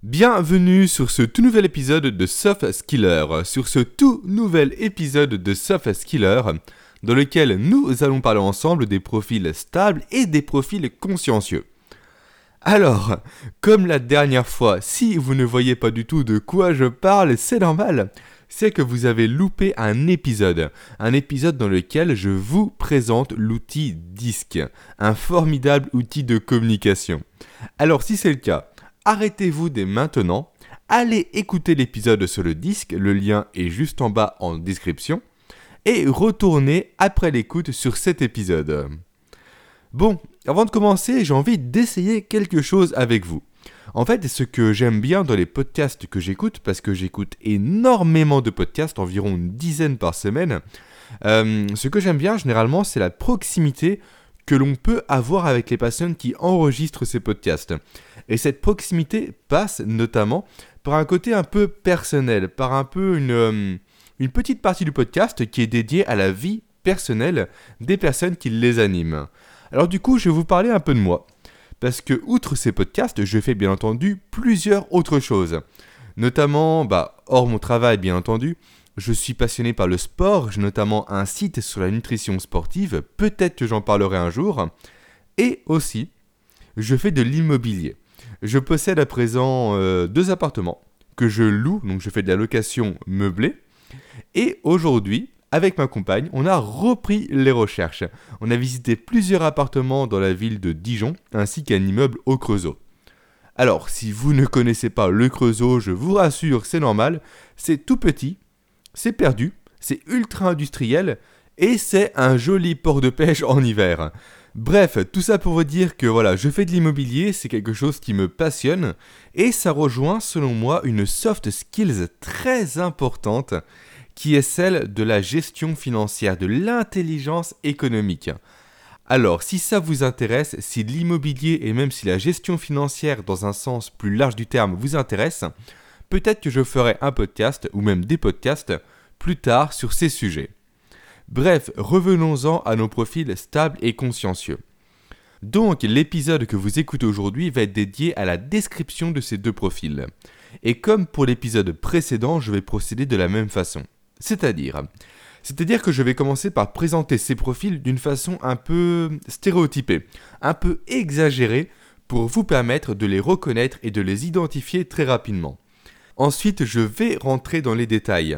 Bienvenue sur ce tout nouvel épisode de Soft Skiller, dans lequel nous allons parler ensemble des profils stables et des profils consciencieux. Alors, comme la dernière fois, si vous ne voyez pas du tout de quoi je parle, c'est normal. C'est que vous avez loupé un épisode dans lequel je vous présente l'outil Disc, un formidable outil de communication. Alors si c'est le cas, arrêtez-vous dès maintenant, allez écouter l'épisode sur le Disc, le lien est juste en bas en description, et retournez après l'écoute sur cet épisode. Bon, avant de commencer, j'ai envie d'essayer quelque chose avec vous. En fait, ce que j'aime bien dans les podcasts que j'écoute, parce que j'écoute énormément de podcasts, environ une dizaine par semaine, ce que j'aime bien généralement, c'est la proximité que l'on peut avoir avec les personnes qui enregistrent ces podcasts. Et cette proximité passe notamment par un côté un peu personnel, par un peu une petite partie du podcast qui est dédiée à la vie personnelle des personnes qui les animent. Alors du coup, je vais vous parler un peu de moi. Parce que, outre ces podcasts, je fais bien entendu plusieurs autres choses. Notamment, hors mon travail bien entendu, je suis passionné par le sport, j'ai notamment un site sur la nutrition sportive, peut-être que j'en parlerai un jour. Et aussi, je fais de l'immobilier. Je possède à présent 2 appartements que je loue, donc je fais de la location meublée. Et aujourd'hui, avec ma compagne, on a repris les recherches. On a visité plusieurs appartements dans la ville de Dijon, ainsi qu'un immeuble au Creusot. Alors, si vous ne connaissez pas le Creusot, je vous rassure, c'est normal, c'est tout petit, c'est perdu, c'est ultra industriel, et c'est un joli port de pêche en hiver. Bref, tout ça pour vous dire que voilà, je fais de l'immobilier, c'est quelque chose qui me passionne, et ça rejoint selon moi une soft skills très importante, qui est celle de la gestion financière, de l'intelligence économique. Alors, si ça vous intéresse, si l'immobilier et même si la gestion financière dans un sens plus large du terme vous intéresse, peut-être que je ferai un podcast ou même des podcasts plus tard sur ces sujets. Bref, revenons-en à nos profils stables et consciencieux. Donc, l'épisode que vous écoutez aujourd'hui va être dédié à la description de ces 2 profils. Et comme pour l'épisode précédent, je vais procéder de la même façon. C'est-à-dire que je vais commencer par présenter ces profils d'une façon un peu stéréotypée, un peu exagérée, pour vous permettre de les reconnaître et de les identifier très rapidement. Ensuite, je vais rentrer dans les détails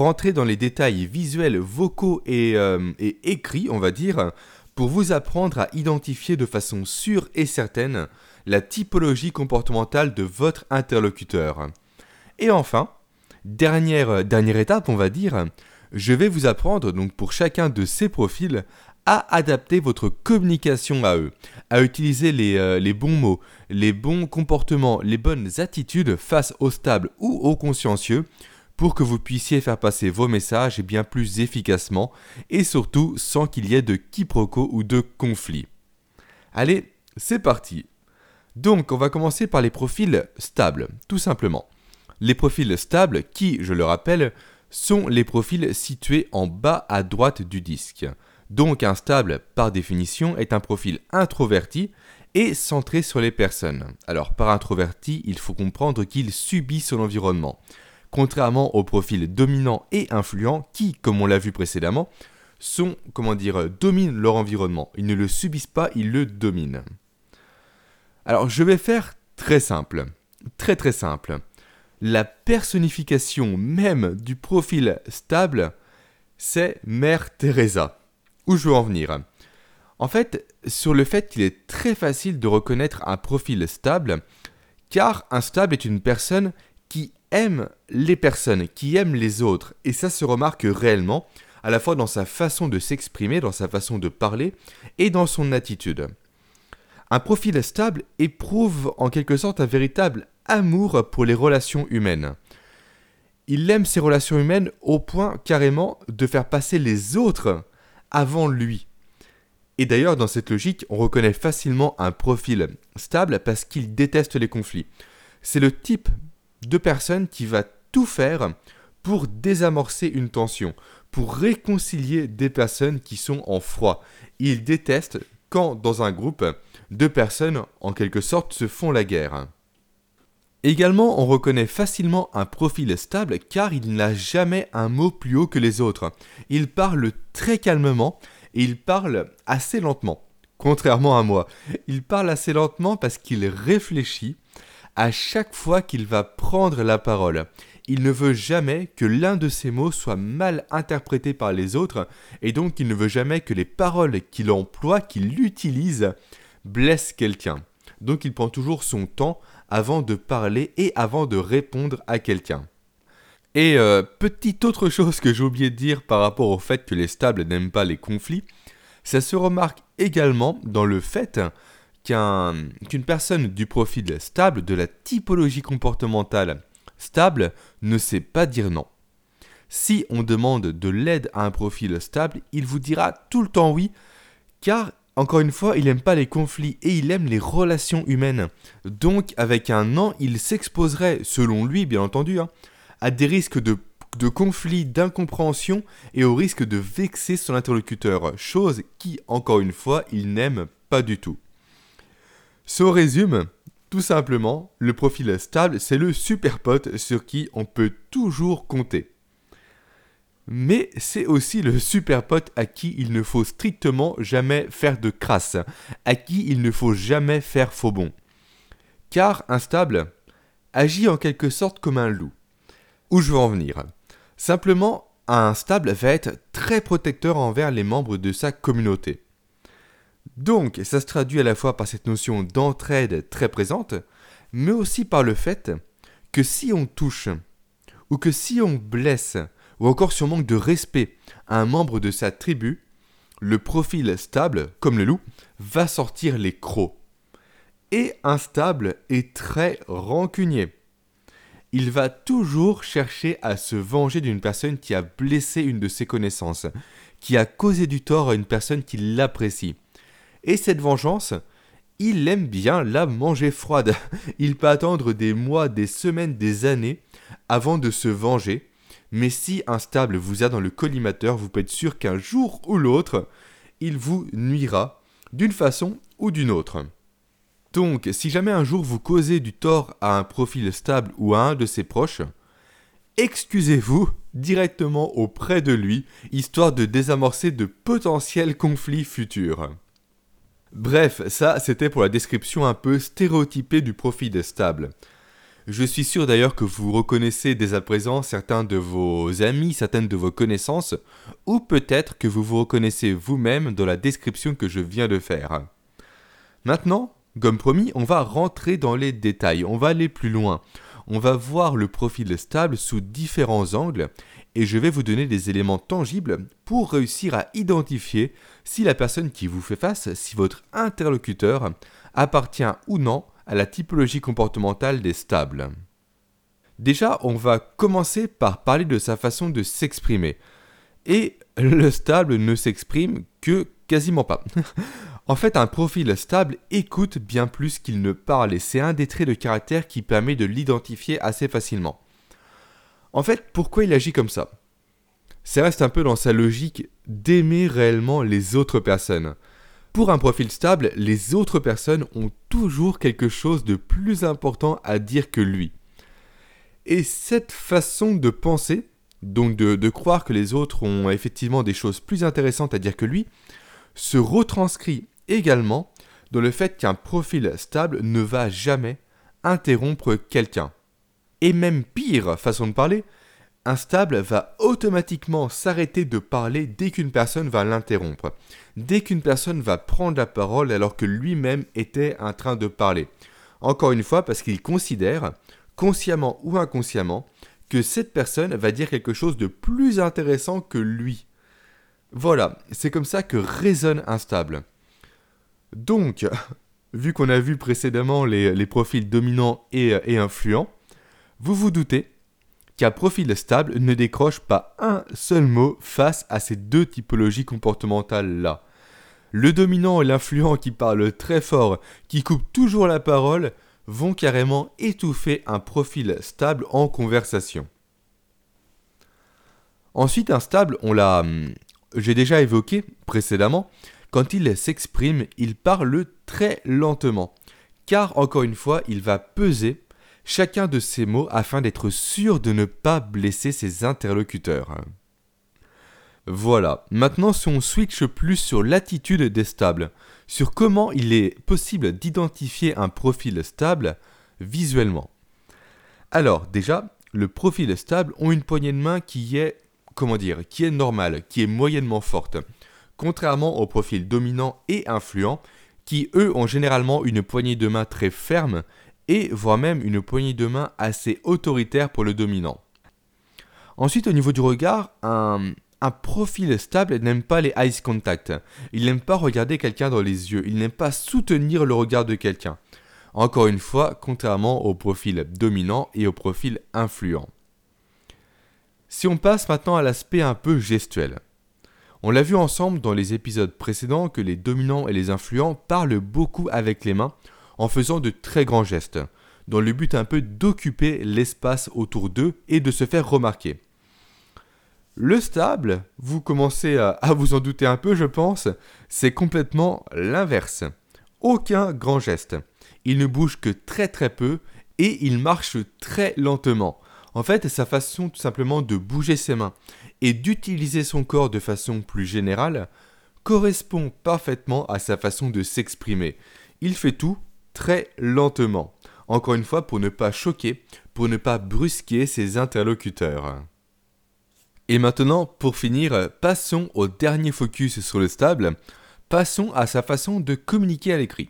visuels, vocaux et écrits, on va dire, pour vous apprendre à identifier de façon sûre et certaine la typologie comportementale de votre interlocuteur. Et enfin, dernière étape, on va dire, je vais vous apprendre donc pour chacun de ces profils à adapter votre communication à eux, à utiliser les bons mots, les bons comportements, les bonnes attitudes face aux stables ou aux consciencieux pour que vous puissiez faire passer vos messages bien plus efficacement et surtout sans qu'il y ait de quiproquos ou de conflits. Allez, c'est parti. Donc, on va commencer par les profils stables, tout simplement. Les profils stables qui, je le rappelle, sont les profils situés en bas à droite du disque. Donc un stable, par définition, est un profil introverti et centré sur les personnes. Alors par introverti, il faut comprendre qu'il subit son environnement. Contrairement aux profils dominants et influents qui, comme on l'a vu précédemment, dominent leur environnement. Ils ne le subissent pas, ils le dominent. Alors je vais faire très simple, très simple. La personnification même du profil stable, c'est Mère Teresa. Où je veux en venir ? En fait, sur le fait qu'il est très facile de reconnaître un profil stable, car un stable est une personne qui aime les personnes, qui aime les autres, et ça se remarque réellement, à la fois dans sa façon de s'exprimer, dans sa façon de parler, et dans son attitude. Un profil stable éprouve en quelque sorte un véritable amour pour les relations humaines. Il aime ces relations humaines au point carrément de faire passer les autres avant lui. Et d'ailleurs, dans cette logique, on reconnaît facilement un profil stable parce qu'il déteste les conflits. C'est le type de personne qui va tout faire pour désamorcer une tension, pour réconcilier des personnes qui sont en froid. Il déteste quand, dans un groupe, 2 personnes, en quelque sorte, se font la guerre. Également, on reconnaît facilement un profil stable car il n'a jamais un mot plus haut que les autres. Il parle très calmement et il parle assez lentement. Contrairement à moi, il parle assez lentement parce qu'il réfléchit à chaque fois qu'il va prendre la parole. Il ne veut jamais que l'un de ses mots soit mal interprété par les autres et donc il ne veut jamais que les paroles qu'il emploie, qu'il utilise, blessent quelqu'un. Donc il prend toujours son temps avant de parler et avant de répondre à quelqu'un. Et petite autre chose que j'ai oublié de dire par rapport au fait que les stables n'aiment pas les conflits, ça se remarque également dans le fait qu'une personne du profil stable, de la typologie comportementale stable, ne sait pas dire non. Si on demande de l'aide à un profil stable, il vous dira tout le temps oui, car encore une fois, il n'aime pas les conflits et il aime les relations humaines. Donc avec un non, il s'exposerait, selon lui bien entendu, à des risques de conflits, d'incompréhension et au risque de vexer son interlocuteur, chose qui, encore une fois, il n'aime pas du tout. Si on résume, tout simplement, le profil stable, c'est le super pote sur qui on peut toujours compter. Mais c'est aussi le super pote à qui il ne faut strictement jamais faire de crasse, à qui il ne faut jamais faire faux bond. Car un stable agit en quelque sorte comme un loup. Où je veux en venir ? Simplement, un stable va être très protecteur envers les membres de sa communauté. Donc, ça se traduit à la fois par cette notion d'entraide très présente, mais aussi par le fait que si on touche, ou que si on blesse, ou encore si on manque de respect à un membre de sa tribu, le profil stable, comme le loup, va sortir les crocs. Et un stable est très rancunier. Il va toujours chercher à se venger d'une personne qui a blessé une de ses connaissances, qui a causé du tort à une personne qui l'apprécie. Et cette vengeance, il aime bien la manger froide. Il peut attendre des mois, des semaines, des années avant de se venger. Mais si un stable vous a dans le collimateur, vous pouvez être sûr qu'un jour ou l'autre, il vous nuira d'une façon ou d'une autre. Donc, si jamais un jour vous causez du tort à un profil stable ou à un de ses proches, excusez-vous directement auprès de lui, histoire de désamorcer de potentiels conflits futurs. Bref, ça c'était pour la description un peu stéréotypée du profil stable. Je suis sûr d'ailleurs que vous reconnaissez dès à présent certains de vos amis, certaines de vos connaissances, ou peut-être que vous vous reconnaissez vous-même dans la description que je viens de faire. Maintenant, comme promis, on va rentrer dans les détails, on va aller plus loin. On va voir le profil stable sous différents angles et je vais vous donner des éléments tangibles pour réussir à identifier si la personne qui vous fait face, si votre interlocuteur appartient ou non à la typologie comportementale des stables. Déjà, on va commencer par parler de sa façon de s'exprimer. Et le stable ne s'exprime que quasiment pas. En fait, un profil stable écoute bien plus qu'il ne parle et c'est un des traits de caractère qui permet de l'identifier assez facilement. En fait, pourquoi il agit comme ça ? Ça reste un peu dans sa logique d'aimer réellement les autres personnes. Pour un profil stable, les autres personnes ont toujours quelque chose de plus important à dire que lui. Et cette façon de penser, donc de croire que les autres ont effectivement des choses plus intéressantes à dire que lui, se retranscrit également dans le fait qu'un profil stable ne va jamais interrompre quelqu'un. Et même pire façon de parler, un stable va automatiquement s'arrêter de parler dès qu'une personne va l'interrompre, dès qu'une personne va prendre la parole alors que lui-même était en train de parler. Encore une fois, parce qu'il considère, consciemment ou inconsciemment, que cette personne va dire quelque chose de plus intéressant que lui. Voilà, c'est comme ça que raisonne un stable. Donc, vu qu'on a vu précédemment les profils dominants et influents, vous vous doutez qu'un profil stable ne décroche pas un seul mot face à ces deux typologies comportementales-là. Le dominant et l'influent qui parlent très fort, qui coupent toujours la parole, vont carrément étouffer un profil stable en conversation. Ensuite, un stable, j'ai déjà évoqué précédemment, quand il s'exprime, il parle très lentement, car encore une fois, il va peser chacun de ces mots afin d'être sûr de ne pas blesser ses interlocuteurs. Voilà, maintenant si on switch plus sur l'attitude des stables, sur comment il est possible d'identifier un profil stable visuellement. Alors déjà, le profil stable ont une poignée de main qui est normale, qui est moyennement forte, contrairement au profil dominant et influent, qui eux ont généralement une poignée de main très ferme et voire même une poignée de main assez autoritaire pour le dominant. Ensuite, au niveau du regard, un profil stable n'aime pas les eye contact. Il n'aime pas regarder quelqu'un dans les yeux. Il n'aime pas soutenir le regard de quelqu'un. Encore une fois, contrairement au profil dominant et au profil influent. Si on passe maintenant à l'aspect un peu gestuel. On l'a vu ensemble dans les épisodes précédents que les dominants et les influents parlent beaucoup avec les mains en faisant de très grands gestes, dans le but un peu d'occuper l'espace autour d'eux et de se faire remarquer. Le stable, vous commencez à vous en douter un peu je pense, c'est complètement l'inverse. Aucun grand geste. Il ne bouge que très très peu et il marche très lentement. En fait, sa façon tout simplement de bouger ses mains et d'utiliser son corps de façon plus générale correspond parfaitement à sa façon de s'exprimer. Il fait tout très lentement. Encore une fois, pour ne pas choquer, pour ne pas brusquer ses interlocuteurs. Et maintenant, pour finir, passons au dernier focus sur le stable. Passons à sa façon de communiquer à l'écrit.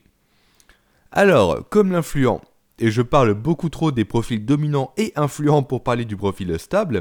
Alors, comme l'influent, et je parle beaucoup trop des profils dominants et influents pour parler du profil stable,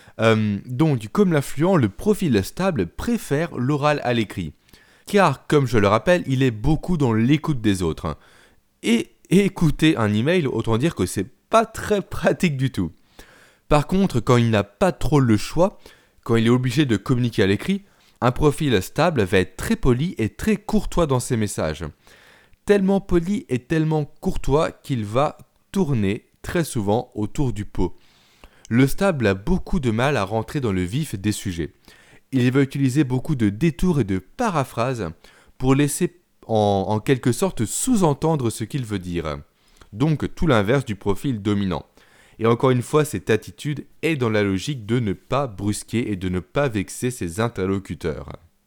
donc comme l'influent, le profil stable préfère l'oral à l'écrit. Car, comme je le rappelle, il est beaucoup dans l'écoute des autres. Et écouter un email, autant dire que c'est pas très pratique du tout. Par contre, quand il n'a pas trop le choix, quand il est obligé de communiquer à l'écrit, un profil stable va être très poli et très courtois dans ses messages. Tellement poli et tellement courtois qu'il va tourner très souvent autour du pot. Le stable a beaucoup de mal à rentrer dans le vif des sujets. Il va utiliser beaucoup de détours et de paraphrases pour laisser en quelque sorte sous-entendre ce qu'il veut dire. Donc tout l'inverse du profil dominant. Et encore une fois, cette attitude est dans la logique de ne pas brusquer et de ne pas vexer ses interlocuteurs.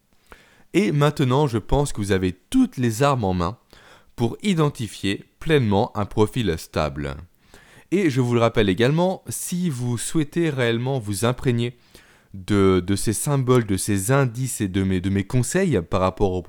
Et maintenant, je pense que vous avez toutes les armes en main pour identifier pleinement un profil stable. Et je vous le rappelle également, si vous souhaitez réellement vous imprégner de ces symboles, de ces indices et de mes conseils par rapport au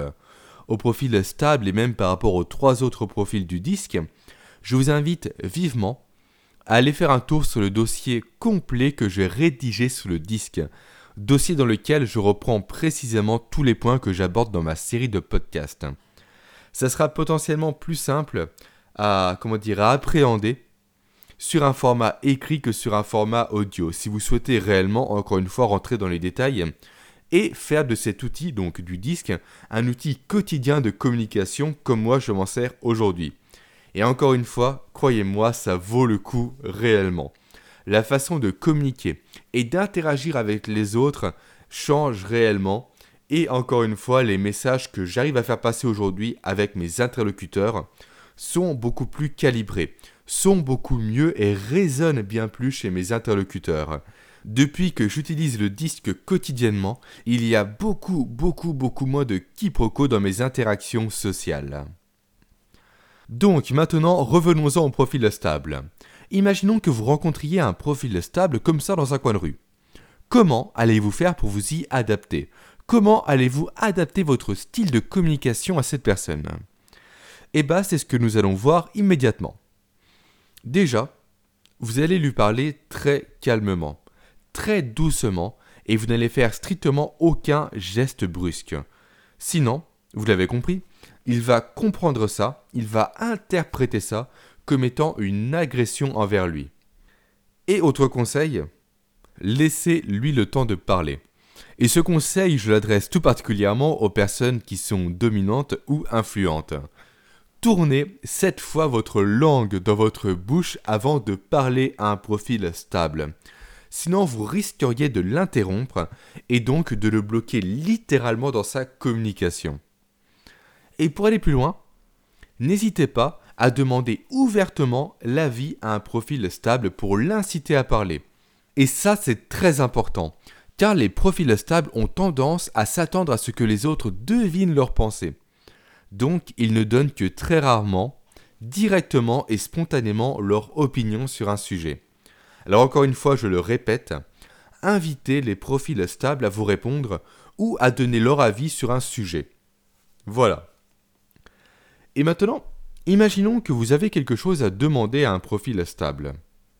profil stable et même par rapport aux 3 autres profils du disque, je vous invite vivement à aller faire un tour sur le dossier complet que j'ai rédigé sur le disque, dossier dans lequel je reprends précisément tous les points que j'aborde dans ma série de podcasts. Ça sera potentiellement plus simple à appréhender sur un format écrit que sur un format audio, si vous souhaitez réellement, encore une fois, rentrer dans les détails et faire de cet outil, donc du disque, un outil quotidien de communication comme moi je m'en sers aujourd'hui. Et encore une fois, croyez-moi, ça vaut le coup réellement. La façon de communiquer et d'interagir avec les autres change réellement. Et encore une fois, les messages que j'arrive à faire passer aujourd'hui avec mes interlocuteurs sont beaucoup plus calibrés, sont beaucoup mieux et résonnent bien plus chez mes interlocuteurs. Depuis que j'utilise le disque quotidiennement, il y a beaucoup moins de quiproquos dans mes interactions sociales. Donc maintenant, revenons-en au profil stable. Imaginons que vous rencontriez un profil stable comme ça dans un coin de rue. Comment allez-vous faire pour vous y adapter ? Comment allez-vous adapter votre style de communication à cette personne ? Eh bien, c'est ce que nous allons voir immédiatement. Déjà, vous allez lui parler très calmement, très doucement, et vous n'allez faire strictement aucun geste brusque. Sinon, vous l'avez compris, il va comprendre ça, il va interpréter ça comme étant une agression envers lui. Et autre conseil, laissez-lui le temps de parler. Et ce conseil, je l'adresse tout particulièrement aux personnes qui sont dominantes ou influentes. Tournez 7 fois votre langue dans votre bouche avant de parler à un profil stable. Sinon, vous risqueriez de l'interrompre et donc de le bloquer littéralement dans sa communication. Et pour aller plus loin, n'hésitez pas à demander ouvertement l'avis à un profil stable pour l'inciter à parler. Et ça, c'est très important, car les profils stables ont tendance à s'attendre à ce que les autres devinent leurs pensées. Donc, ils ne donnent que très rarement, directement et spontanément leur opinion sur un sujet. Alors encore une fois, je le répète, invitez les profils stables à vous répondre ou à donner leur avis sur un sujet. Voilà. Et maintenant, imaginons que vous avez quelque chose à demander à un profil stable.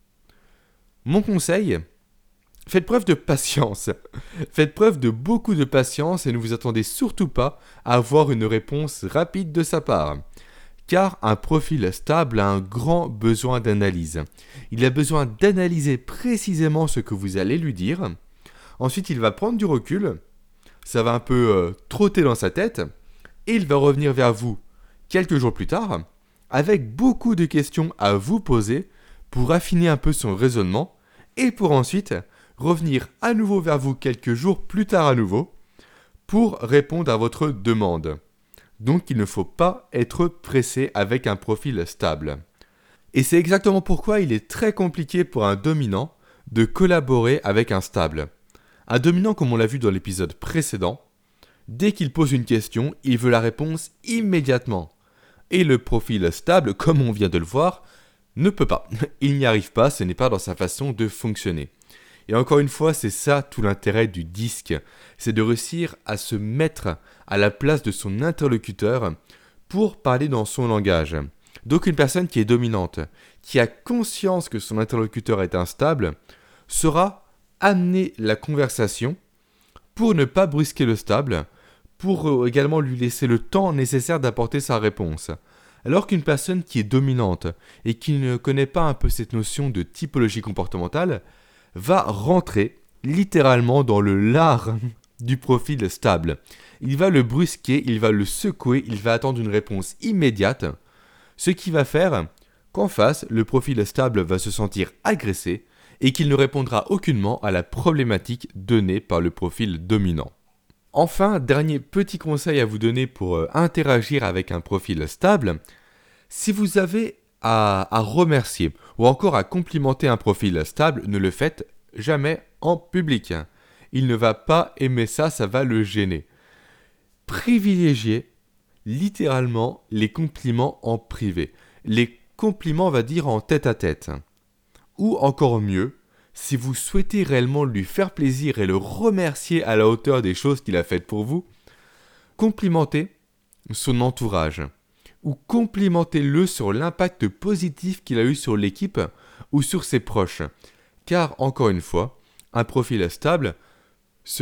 Mon conseil, faites preuve de patience. Faites preuve de beaucoup de patience et ne vous attendez surtout pas à avoir une réponse rapide de sa part. Car un profil stable a un grand besoin d'analyse. Il a besoin d'analyser précisément ce que vous allez lui dire. Ensuite, il va prendre du recul. Ça va un peu trotter dans sa tête. Et il va revenir vers vous quelques jours plus tard avec beaucoup de questions à vous poser pour affiner un peu son raisonnement et pour ensuite revenir à nouveau vers vous quelques jours plus tard à nouveau pour répondre à votre demande. Donc il ne faut pas être pressé avec un profil stable. Et c'est exactement pourquoi il est très compliqué pour un dominant de collaborer avec un stable. Un dominant, comme on l'a vu dans l'épisode précédent, dès qu'il pose une question, il veut la réponse immédiatement. Et le profil stable, comme on vient de le voir, ne peut pas. Il n'y arrive pas, ce n'est pas dans sa façon de fonctionner. Et encore une fois, c'est ça tout l'intérêt du disque, c'est de réussir à se mettre à la place de son interlocuteur pour parler dans son langage. Donc une personne qui est dominante, qui a conscience que son interlocuteur est instable, saura amener la conversation pour ne pas brusquer le stable, pour également lui laisser le temps nécessaire d'apporter sa réponse. Alors qu'une personne qui est dominante et qui ne connaît pas un peu cette notion de typologie comportementale, va rentrer littéralement dans le lard du profil stable. Il va le brusquer, il va le secouer, il va attendre une réponse immédiate, ce qui va faire qu'en face, le profil stable va se sentir agressé et qu'il ne répondra aucunement à la problématique donnée par le profil dominant. Enfin, dernier petit conseil à vous donner pour interagir avec un profil stable, si vous avez à remercier ou encore à complimenter un profil stable, ne le faites jamais en public. Il ne va pas aimer ça, ça va le gêner. Privilégiez littéralement les compliments en privé. Les compliments, on va dire, en tête-à-tête. Ou encore mieux, si vous souhaitez réellement lui faire plaisir et le remercier à la hauteur des choses qu'il a faites pour vous, complimentez son entourage. Ou complimentez-le sur l'impact positif qu'il a eu sur l'équipe ou sur ses proches. Car, encore une fois, un profil stable se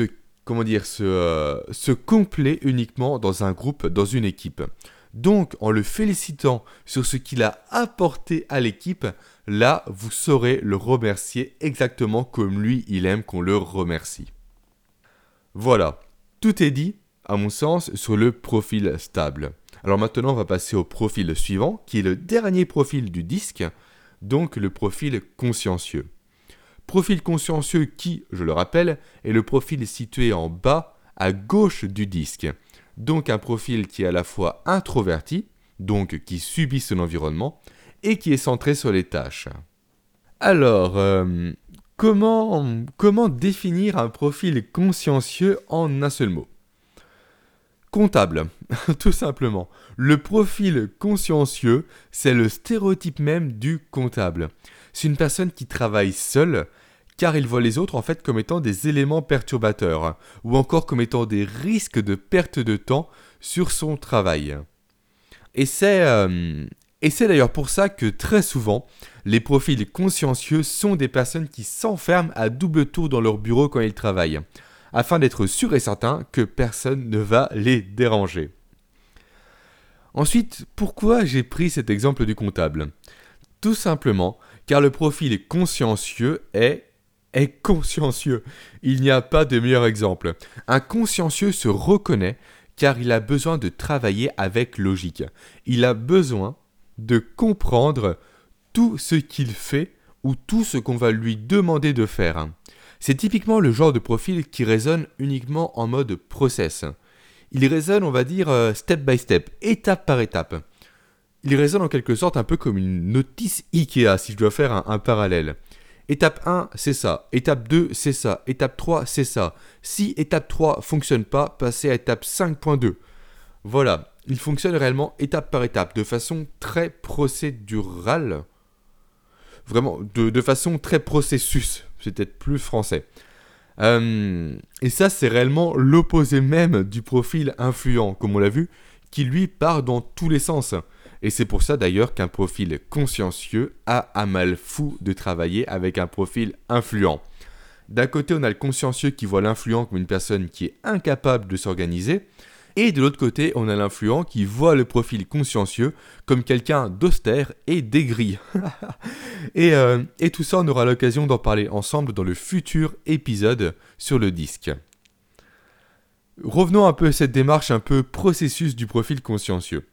complaît uniquement dans un groupe, dans une équipe. Donc, en le félicitant sur ce qu'il a apporté à l'équipe, là, vous saurez le remercier exactement comme lui, il aime qu'on le remercie. Voilà, tout est dit, à mon sens, sur le profil stable. Alors maintenant, on va passer au profil suivant, qui est le dernier profil du disque, donc le profil consciencieux. Profil consciencieux qui, je le rappelle, est le profil situé en bas à gauche du disque. Donc un profil qui est à la fois introverti, donc qui subit son environnement, et qui est centré sur les tâches. Alors, comment définir un profil consciencieux en un seul mot ? Comptable, tout simplement. Le profil consciencieux, c'est le stéréotype même du comptable. C'est une personne qui travaille seule, car il voit les autres en fait comme étant des éléments perturbateurs, ou encore comme étant des risques de perte de temps sur son travail. Et c'est d'ailleurs pour ça que très souvent, les profils consciencieux sont des personnes qui s'enferment à double tour dans leur bureau quand ils travaillent, afin d'être sûr et certain que personne ne va les déranger. Ensuite, pourquoi j'ai pris cet exemple du comptable ? Tout simplement car le profil consciencieux est consciencieux. Il n'y a pas de meilleur exemple. Un consciencieux se reconnaît car il a besoin de travailler avec logique. Il a besoin de comprendre tout ce qu'il fait ou tout ce qu'on va lui demander de faire. C'est typiquement le genre de profil qui raisonne uniquement en mode process. Il raisonne, on va dire, step by step, étape par étape. il résonne en quelque sorte un peu comme une notice Ikea, si je dois faire un parallèle. Étape 1, c'est ça. Étape 2, c'est ça. Étape 3, c'est ça. Si étape 3 fonctionne pas, passez à étape 5.2. Voilà, il fonctionne réellement étape par étape, de façon très procédurale. Vraiment, de façon très processus. C'est peut-être plus français. Et ça, c'est réellement l'opposé même du profil influent, comme on l'a vu, qui lui part dans tous les sens. Et c'est pour ça d'ailleurs qu'un profil consciencieux a un mal fou de travailler avec un profil influent. D'un côté, on a le consciencieux qui voit l'influent comme une personne qui est incapable de s'organiser, et de l'autre côté, on a l'influent qui voit le profil consciencieux comme quelqu'un d'austère et d'aigri. et tout ça, on aura l'occasion d'en parler ensemble dans le futur épisode sur le disque. Revenons un peu à cette démarche un peu processus du profil consciencieux.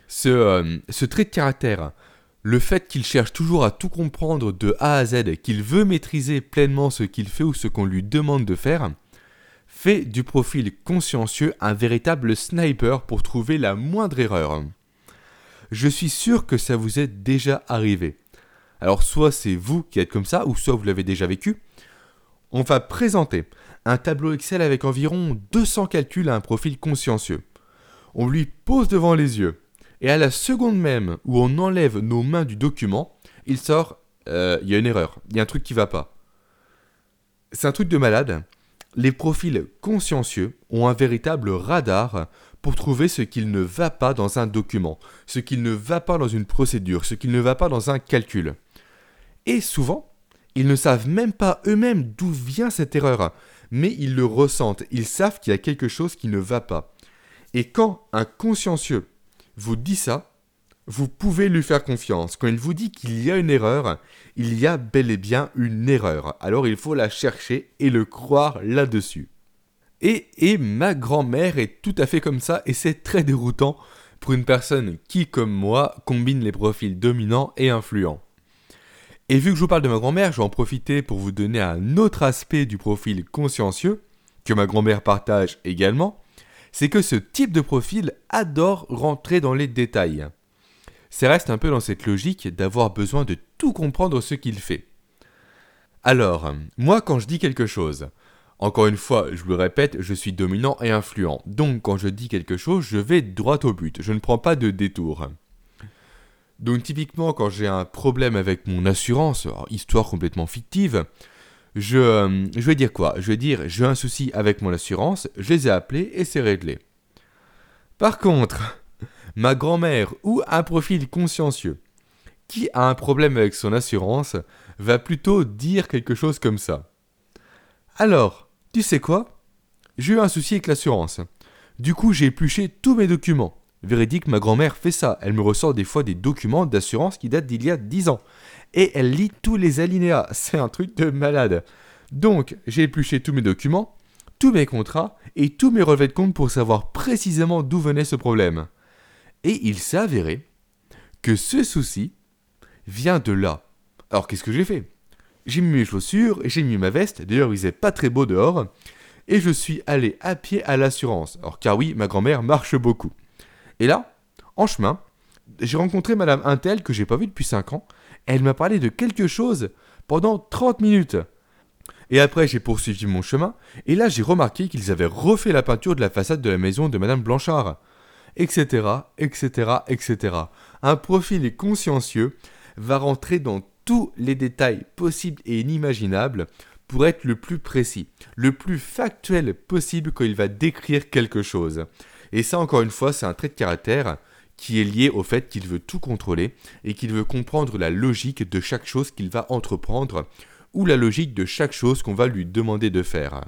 Ce trait de caractère, le fait qu'il cherche toujours à tout comprendre de A à Z, qu'il veut maîtriser pleinement ce qu'il fait ou ce qu'on lui demande de faire, fait du profil consciencieux un véritable sniper pour trouver la moindre erreur. Je suis sûr que ça vous est déjà arrivé. Alors soit c'est vous qui êtes comme ça, ou soit vous l'avez déjà vécu. On va présenter un tableau Excel avec environ 200 calculs à un profil consciencieux. On lui pose devant les yeux, et à la seconde même où on enlève nos mains du document, il sort « il y a une erreur, il y a un truc qui va pas ». C'est un truc de malade. Les profils consciencieux ont un véritable radar pour trouver ce qu'il ne va pas dans un document, ce qu'il ne va pas dans une procédure, ce qu'il ne va pas dans un calcul. Et souvent, ils ne savent même pas eux-mêmes d'où vient cette erreur, mais ils le ressentent, ils savent qu'il y a quelque chose qui ne va pas. Et quand un consciencieux vous dit ça, vous pouvez lui faire confiance. Quand il vous dit qu'il y a une erreur, il y a bel et bien une erreur. Alors il faut la chercher et le croire là-dessus. Et ma grand-mère est tout à fait comme ça et c'est très déroutant pour une personne qui, comme moi, combine les profils dominants et influents. Et vu que je vous parle de ma grand-mère, je vais en profiter pour vous donner un autre aspect du profil consciencieux, que ma grand-mère partage également, c'est que ce type de profil adore rentrer dans les détails. Ça reste un peu dans cette logique d'avoir besoin de tout comprendre ce qu'il fait. Alors, moi quand je dis quelque chose, encore une fois, je vous le répète, je suis dominant et influent. Donc quand je dis quelque chose, je vais droit au but, je ne prends pas de détour. Donc typiquement quand j'ai un problème avec mon assurance, histoire complètement fictive, je vais dire quoi ? Je vais dire j'ai un souci avec mon assurance, je les ai appelés et c'est réglé. Par contre, ma grand-mère ou un profil consciencieux qui a un problème avec son assurance va plutôt dire quelque chose comme ça. Alors, tu sais quoi ? J'ai eu un souci avec l'assurance. Du coup, j'ai épluché tous mes documents. Véridique, ma grand-mère fait ça. Elle me ressort des fois des documents d'assurance qui datent d'il y a 10 ans. Et elle lit tous les alinéas. C'est un truc de malade. Donc, j'ai épluché tous mes documents, tous mes contrats et tous mes relevés de compte pour savoir précisément d'où venait ce problème. Et il s'est avéré que ce souci vient de là. Alors qu'est-ce que j'ai fait ? J'ai mis mes chaussures, j'ai mis ma veste, d'ailleurs il faisait pas très beau dehors, et je suis allé à pied à l'assurance. Alors car oui, ma grand-mère marche beaucoup. Et là, en chemin, j'ai rencontré Madame Intel que j'ai pas vue depuis 5 ans, et elle m'a parlé de quelque chose pendant 30 minutes. Et après j'ai poursuivi mon chemin, et là j'ai remarqué qu'ils avaient refait la peinture de la façade de la maison de Madame Blanchard. Etc., etc., etc. Un profil consciencieux va rentrer dans tous les détails possibles et inimaginables pour être le plus précis, le plus factuel possible quand il va décrire quelque chose. Et ça, encore une fois, c'est un trait de caractère qui est lié au fait qu'il veut tout contrôler et qu'il veut comprendre la logique de chaque chose qu'il va entreprendre ou la logique de chaque chose qu'on va lui demander de faire.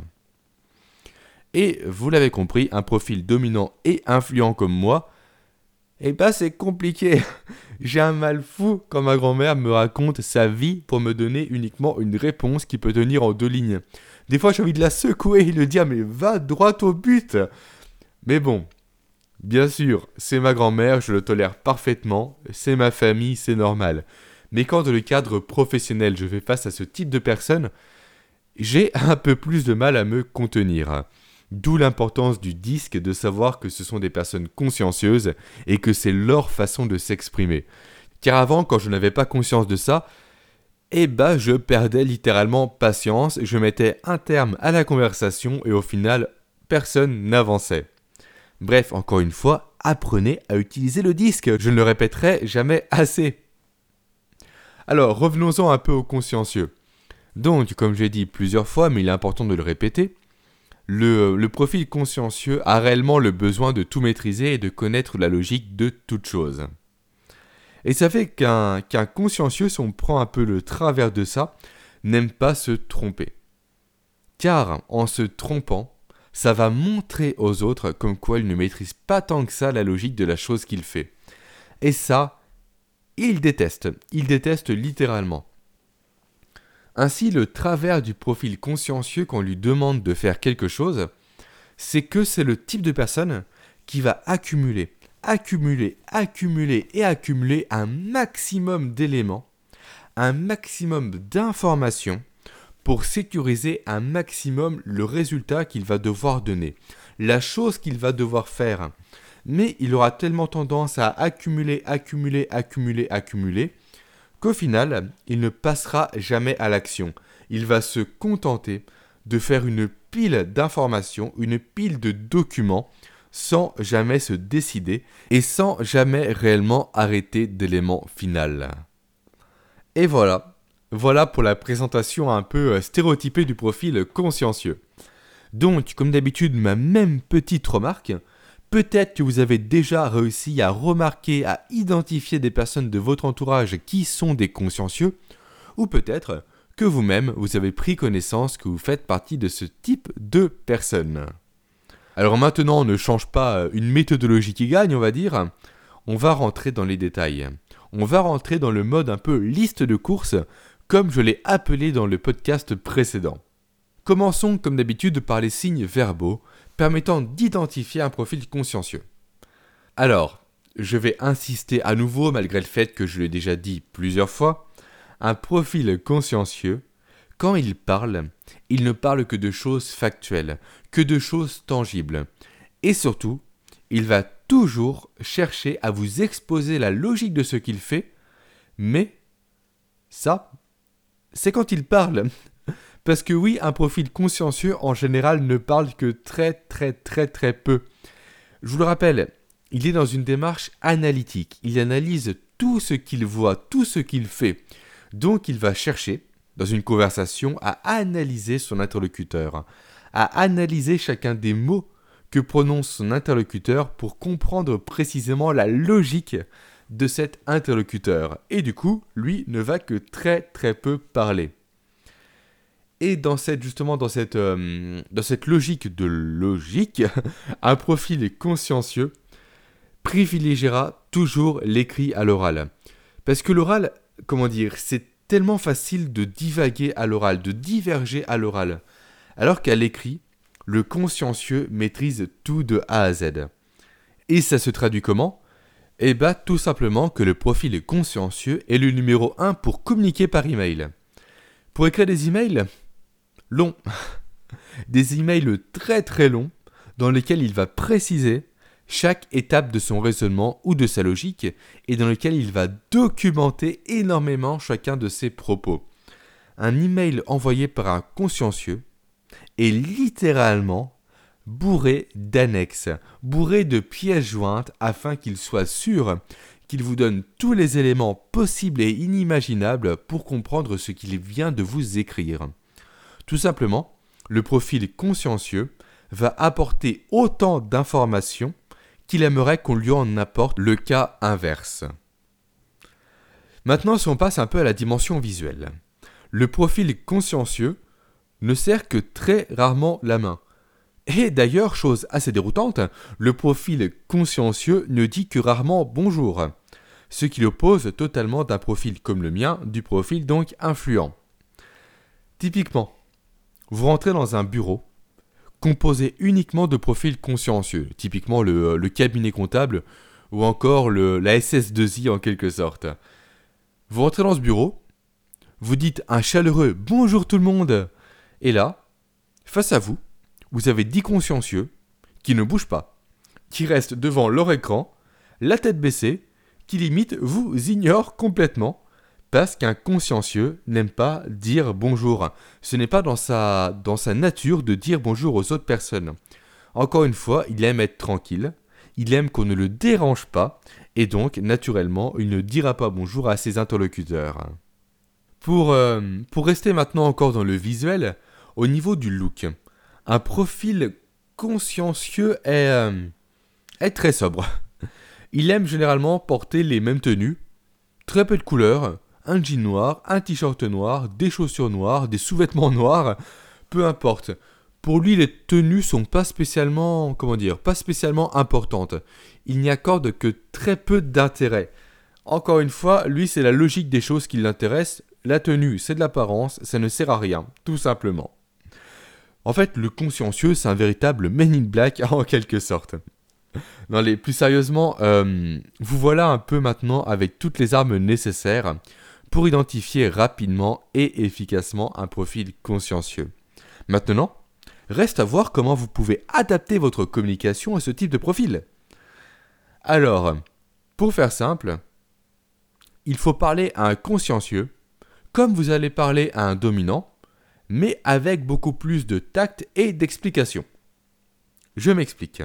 Et vous l'avez compris, un profil dominant et influent comme moi, c'est compliqué. J'ai un mal fou quand ma grand-mère me raconte sa vie pour me donner uniquement une réponse qui peut tenir en 2 lignes. Des fois, j'ai envie de la secouer et de dire « mais va droit au but !» Mais bon, bien sûr, c'est ma grand-mère, je le tolère parfaitement, c'est ma famille, c'est normal. Mais quand dans le cadre professionnel, je fais face à ce type de personnes, j'ai un peu plus de mal à me contenir. D'où l'importance du disque de savoir que ce sont des personnes consciencieuses et que c'est leur façon de s'exprimer. Car avant, quand je n'avais pas conscience de ça, je perdais littéralement patience, je mettais un terme à la conversation et au final, personne n'avançait. Bref, encore une fois, apprenez à utiliser le disque, je ne le répéterai jamais assez. Alors, revenons-en un peu aux consciencieux. Donc, comme j'ai dit plusieurs fois, mais il est important de le répéter, le profil consciencieux a réellement le besoin de tout maîtriser et de connaître la logique de toute chose. Et ça fait qu'un consciencieux, si on prend un peu le travers de ça, n'aime pas se tromper. Car en se trompant, ça va montrer aux autres comme quoi il ne maîtrise pas tant que ça la logique de la chose qu'il fait. Et ça, il déteste littéralement. Ainsi, le travers du profil consciencieux quand on lui demande de faire quelque chose, c'est que c'est le type de personne qui va accumuler un maximum d'éléments, un maximum d'informations pour sécuriser un maximum le résultat qu'il va devoir donner, la chose qu'il va devoir faire. Mais il aura tellement tendance à accumuler, qu'au final, il ne passera jamais à l'action. Il va se contenter de faire une pile d'informations, une pile de documents, sans jamais se décider et sans jamais réellement arrêter d'élément final. Et voilà pour la présentation un peu stéréotypée du profil consciencieux. Donc, comme d'habitude, ma même petite remarque, peut-être que vous avez déjà réussi à remarquer, à identifier des personnes de votre entourage qui sont des consciencieux, ou peut-être que vous-même, vous avez pris connaissance que vous faites partie de ce type de personnes. Alors maintenant, on ne change pas une méthodologie qui gagne, on va dire. On va rentrer dans les détails. On va rentrer dans le mode un peu liste de courses, comme je l'ai appelé dans le podcast précédent. Commençons comme d'habitude par les signes verbaux, permettant d'identifier un profil consciencieux. Alors, je vais insister à nouveau, malgré le fait que je l'ai déjà dit plusieurs fois, un profil consciencieux, quand il ne parle que de choses factuelles, que de choses tangibles. Et surtout, il va toujours chercher à vous exposer la logique de ce qu'il fait, mais ça, c'est quand il parle. Parce que oui, un profil consciencieux en général ne parle que très peu. Je vous le rappelle, il est dans une démarche analytique. Il analyse tout ce qu'il voit, tout ce qu'il fait. Donc il va chercher, dans une conversation, à analyser son interlocuteur, à analyser chacun des mots que prononce son interlocuteur pour comprendre précisément la logique de cet interlocuteur. Et du coup, lui ne va que très peu parler. Et dans cette logique de logique, un profil consciencieux privilégiera toujours l'écrit à l'oral. Parce que l'oral, c'est tellement facile de divaguer à l'oral, de diverger à l'oral. Alors qu'à l'écrit, le consciencieux maîtrise tout de A à Z. Et ça se traduit comment ? Tout simplement que le profil consciencieux est le numéro 1 pour communiquer par email. Pour écrire des emails longs, des emails très longs, dans lesquels il va préciser chaque étape de son raisonnement ou de sa logique, et dans lequel il va documenter énormément chacun de ses propos. Un email envoyé par un consciencieux est littéralement bourré d'annexes, bourré de pièces jointes afin qu'il soit sûr qu'il vous donne tous les éléments possibles et inimaginables pour comprendre ce qu'il vient de vous écrire. Tout simplement, le profil consciencieux va apporter autant d'informations qu'il aimerait qu'on lui en apporte le cas inverse. Maintenant, si on passe un peu à la dimension visuelle. Le profil consciencieux ne sert que très rarement la main. Et d'ailleurs, chose assez déroutante, le profil consciencieux ne dit que rarement bonjour, ce qui l'oppose totalement d'un profil comme le mien, du profil donc influent. Typiquement, vous rentrez dans un bureau composé uniquement de profils consciencieux, typiquement le cabinet comptable ou encore la SS2I en quelque sorte. Vous rentrez dans ce bureau, vous dites un chaleureux « Bonjour tout le monde !» et là, face à vous, vous avez 10 consciencieux qui ne bougent pas, qui restent devant leur écran, la tête baissée, qui limite vous ignorent complètement parce qu'un consciencieux n'aime pas dire bonjour. Ce n'est pas dans sa nature de dire bonjour aux autres personnes. Encore une fois, il aime être tranquille, il aime qu'on ne le dérange pas, et donc, naturellement, il ne dira pas bonjour à ses interlocuteurs. Pour rester maintenant encore dans le visuel, au niveau du look, un profil consciencieux est très sobre. Il aime généralement porter les mêmes tenues, très peu de couleurs, un jean noir, un t-shirt noir, des chaussures noires, des sous-vêtements noirs, peu importe. Pour lui, les tenues sont pas spécialement importantes. Il n'y accorde que très peu d'intérêt. Encore une fois, lui, c'est la logique des choses qui l'intéresse. La tenue, c'est de l'apparence, ça ne sert à rien, tout simplement. En fait, le consciencieux, c'est un véritable Men in Black en quelque sorte. Non, plus sérieusement, vous voilà un peu maintenant avec toutes les armes nécessaires pour identifier rapidement et efficacement un profil consciencieux. Maintenant, reste à voir comment vous pouvez adapter votre communication à ce type de profil. Alors, pour faire simple, il faut parler à un consciencieux comme vous allez parler à un dominant, mais avec beaucoup plus de tact et d'explication. Je m'explique.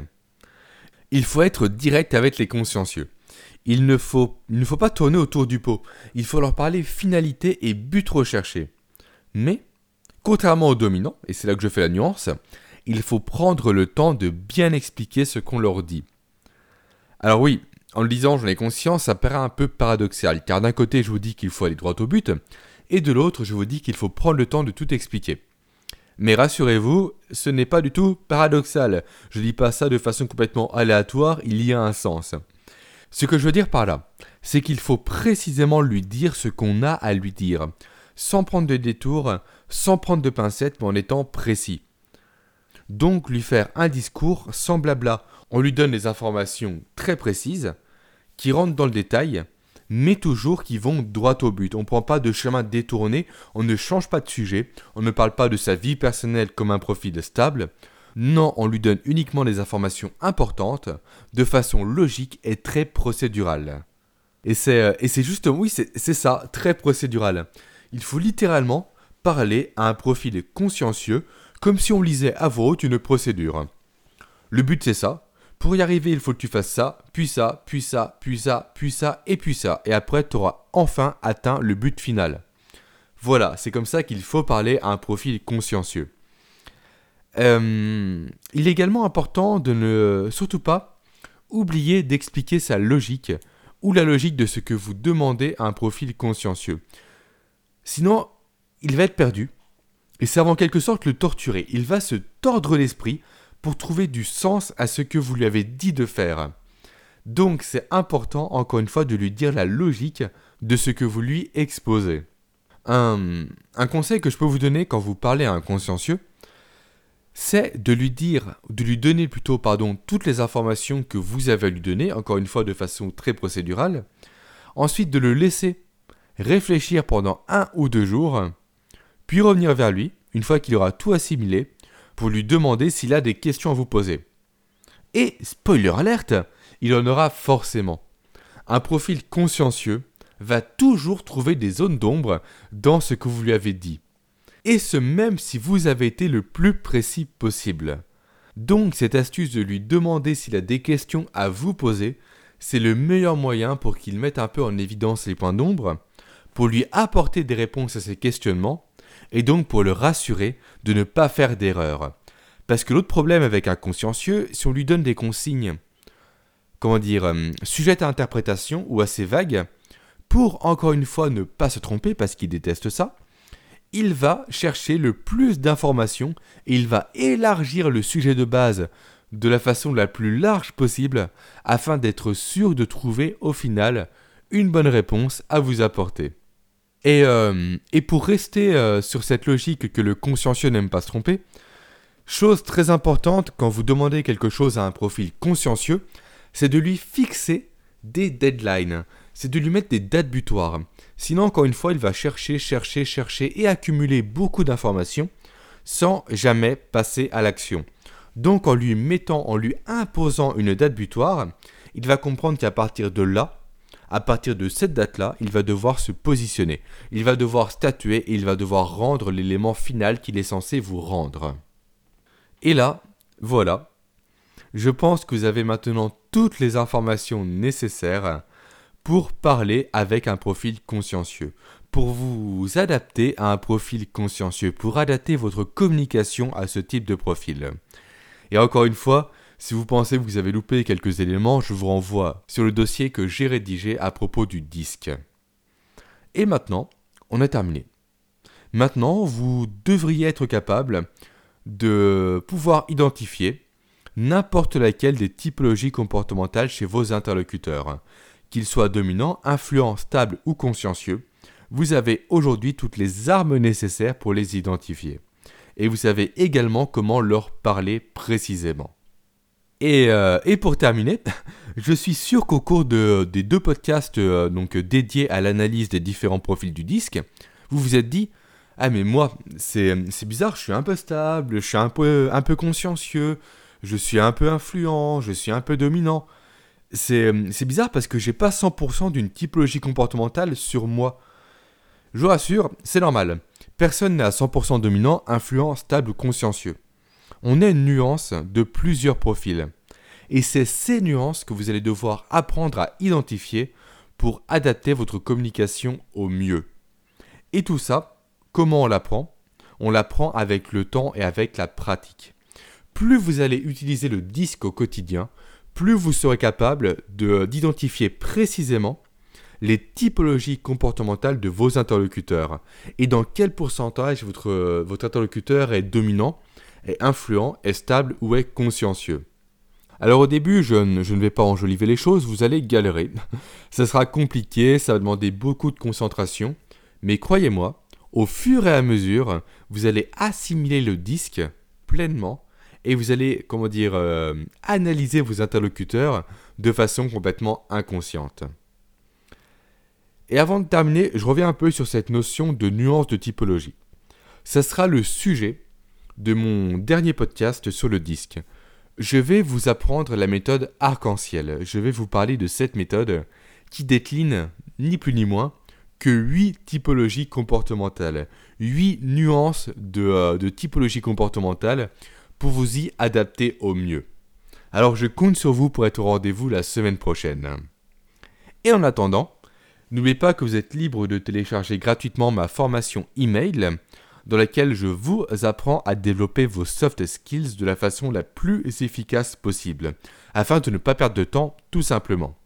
Il faut être direct avec les consciencieux. Il ne faut pas tourner autour du pot. Il faut leur parler finalité et but recherché. Mais, contrairement aux dominants, et c'est là que je fais la nuance, il faut prendre le temps de bien expliquer ce qu'on leur dit. Alors oui, en le disant, j'en ai conscience, ça paraît un peu paradoxal, car d'un côté, je vous dis qu'il faut aller droit au but, et de l'autre, je vous dis qu'il faut prendre le temps de tout expliquer. Mais rassurez-vous, ce n'est pas du tout paradoxal. Je ne dis pas ça de façon complètement aléatoire, il y a un sens. Ce que je veux dire par là, c'est qu'il faut précisément lui dire ce qu'on a à lui dire, sans prendre de détours, sans prendre de pincettes, mais en étant précis. Donc lui faire un discours sans blabla. On lui donne des informations très précises, qui rentrent dans le détail, mais toujours qui vont droit au but. On ne prend pas de chemin détourné, on ne change pas de sujet, on ne parle pas de sa vie personnelle comme un profil stable. Non, on lui donne uniquement des informations importantes, de façon logique et très procédurale. Et c'est justement, oui, c'est ça, très procédural. Il faut littéralement parler à un profil consciencieux, comme si on lisait à voix haute une procédure. Le but c'est ça. Pour y arriver, il faut que tu fasses ça, puis ça, puis ça, puis ça, puis ça, et puis ça. Et après, tu auras enfin atteint le but final. Voilà, c'est comme ça qu'il faut parler à un profil consciencieux. Il est également important de ne surtout pas oublier d'expliquer sa logique ou la logique de ce que vous demandez à un profil consciencieux. Sinon, il va être perdu et ça va en quelque sorte le torturer. Il va se tordre l'esprit pour trouver du sens à ce que vous lui avez dit de faire. Donc c'est important, encore une fois, de lui dire la logique de ce que vous lui exposez. Un conseil que je peux vous donner quand vous parlez à un consciencieux, c'est de lui donner toutes les informations que vous avez à lui donner, encore une fois de façon très procédurale. Ensuite, de le laisser réfléchir pendant 1 ou 2 jours, puis revenir vers lui, une fois qu'il aura tout assimilé, pour lui demander s'il a des questions à vous poser. Et, spoiler alerte, il en aura forcément. Un profil consciencieux va toujours trouver des zones d'ombre dans ce que vous lui avez dit. Et ce même si vous avez été le plus précis possible. Donc cette astuce de lui demander s'il a des questions à vous poser, c'est le meilleur moyen pour qu'il mette un peu en évidence les points d'ombre, pour lui apporter des réponses à ses questionnements, et donc pour le rassurer de ne pas faire d'erreur. Parce que l'autre problème avec un consciencieux, si on lui donne des consignes, sujettes à interprétation ou assez vagues, pour encore une fois ne pas se tromper parce qu'il déteste ça, il va chercher le plus d'informations et il va élargir le sujet de base de la façon la plus large possible afin d'être sûr de trouver au final une bonne réponse à vous apporter. Et pour rester sur cette logique que le consciencieux n'aime pas se tromper, chose très importante quand vous demandez quelque chose à un profil consciencieux, c'est de lui fixer des deadlines, c'est de lui mettre des dates butoirs. Sinon, encore une fois, il va chercher et accumuler beaucoup d'informations sans jamais passer à l'action. Donc en lui imposant une date butoir, il va comprendre qu'à partir de là, à partir de cette date-là, il va devoir se positionner. Il va devoir statuer et il va devoir rendre l'élément final qu'il est censé vous rendre. Et là, voilà. Je pense que vous avez maintenant toutes les informations nécessaires pour parler avec un profil consciencieux, pour vous adapter à un profil consciencieux, pour adapter votre communication à ce type de profil. Et encore une fois, si vous pensez que vous avez loupé quelques éléments, je vous renvoie sur le dossier que j'ai rédigé à propos du disque. Et maintenant, on a terminé. Maintenant, vous devriez être capable de pouvoir identifier n'importe laquelle des typologies comportementales chez vos interlocuteurs. Qu'ils soient dominants, influents, stables ou consciencieux, vous avez aujourd'hui toutes les armes nécessaires pour les identifier. Et vous savez également comment leur parler précisément. Et pour terminer, je suis sûr qu'au cours des 2 podcasts dédiés à l'analyse des différents profils du disque, vous vous êtes dit « Ah mais moi, c'est bizarre, je suis un peu stable, je suis un peu consciencieux, je suis un peu influent, je suis un peu dominant. » C'est bizarre parce que j'ai pas 100% d'une typologie comportementale sur moi. Je vous rassure, c'est normal. Personne n'est à 100% dominant, influent, stable ou consciencieux. On a une nuance de plusieurs profils. Et c'est ces nuances que vous allez devoir apprendre à identifier pour adapter votre communication au mieux. Et tout ça, comment on l'apprend ? On l'apprend avec le temps et avec la pratique. Plus vous allez utiliser le disque au quotidien, plus vous serez capable d'identifier précisément les typologies comportementales de vos interlocuteurs et dans quel pourcentage votre interlocuteur est dominant, est influent, est stable ou est consciencieux. Alors au début, je ne vais pas enjoliver les choses, vous allez galérer. Ça sera compliqué, ça va demander beaucoup de concentration, mais croyez-moi, au fur et à mesure, vous allez assimiler le disque pleinement et vous allez, analyser vos interlocuteurs de façon complètement inconsciente. Et avant de terminer, je reviens un peu sur cette notion de nuance de typologie. Ça sera le sujet de mon dernier podcast sur le disque. Je vais vous apprendre la méthode arc-en-ciel. Je vais vous parler de cette méthode qui décline, ni plus ni moins, que 8 typologies comportementales. 8 nuances de typologie comportementale pour vous y adapter au mieux. Alors je compte sur vous pour être au rendez-vous la semaine prochaine. Et en attendant, n'oubliez pas que vous êtes libre de télécharger gratuitement ma formation email dans laquelle je vous apprends à développer vos soft skills de la façon la plus efficace possible, afin de ne pas perdre de temps, tout simplement.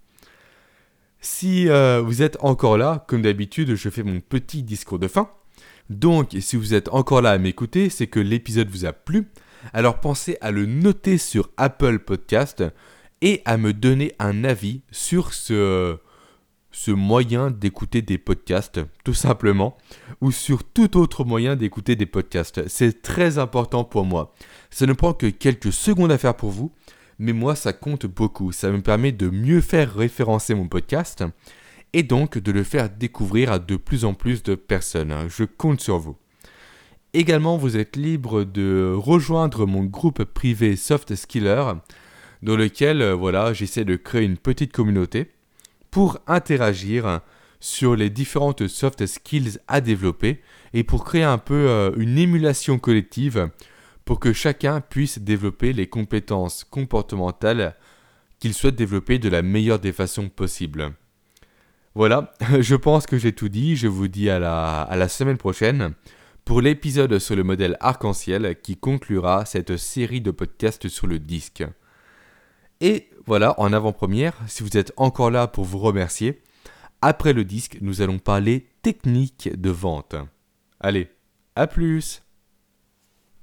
Si vous êtes encore là, comme d'habitude, je fais mon petit discours de fin. Donc, si vous êtes encore là à m'écouter, c'est que l'épisode vous a plu. Alors pensez à le noter sur Apple Podcast et à me donner un avis sur ce moyen d'écouter des podcasts, tout simplement, ou sur tout autre moyen d'écouter des podcasts. C'est très important pour moi. Ça ne prend que quelques secondes à faire pour vous, mais moi, ça compte beaucoup. Ça me permet de mieux faire référencer mon podcast et donc de le faire découvrir à de plus en plus de personnes. Je compte sur vous. Également, vous êtes libre de rejoindre mon groupe privé Soft Skiller, dans lequel j'essaie de créer une petite communauté pour interagir sur les différentes soft skills à développer et pour créer un peu une émulation collective pour que chacun puisse développer les compétences comportementales qu'il souhaite développer de la meilleure des façons possibles. Voilà, je pense que j'ai tout dit. Je vous dis à la semaine prochaine pour l'épisode sur le modèle arc-en-ciel qui conclura cette série de podcasts sur le disque. Et voilà, en avant-première, si vous êtes encore là pour vous remercier, après le disque, nous allons parler technique de vente. Allez, à plus!